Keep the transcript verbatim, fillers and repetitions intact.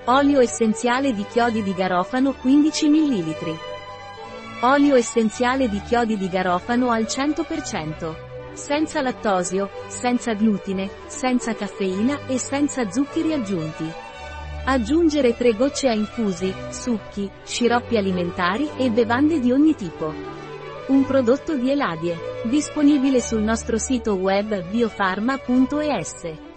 Olio essenziale di chiodi di garofano quindici millilitri. Olio essenziale di chiodi di garofano al cento per cento. Senza lattosio, senza glutine, senza caffeina e senza zuccheri aggiunti. Aggiungere tre gocce a infusi, succhi, sciroppi alimentari e bevande di ogni tipo. Un prodotto di Eladie. Disponibile sul nostro sito web biofarma punto es.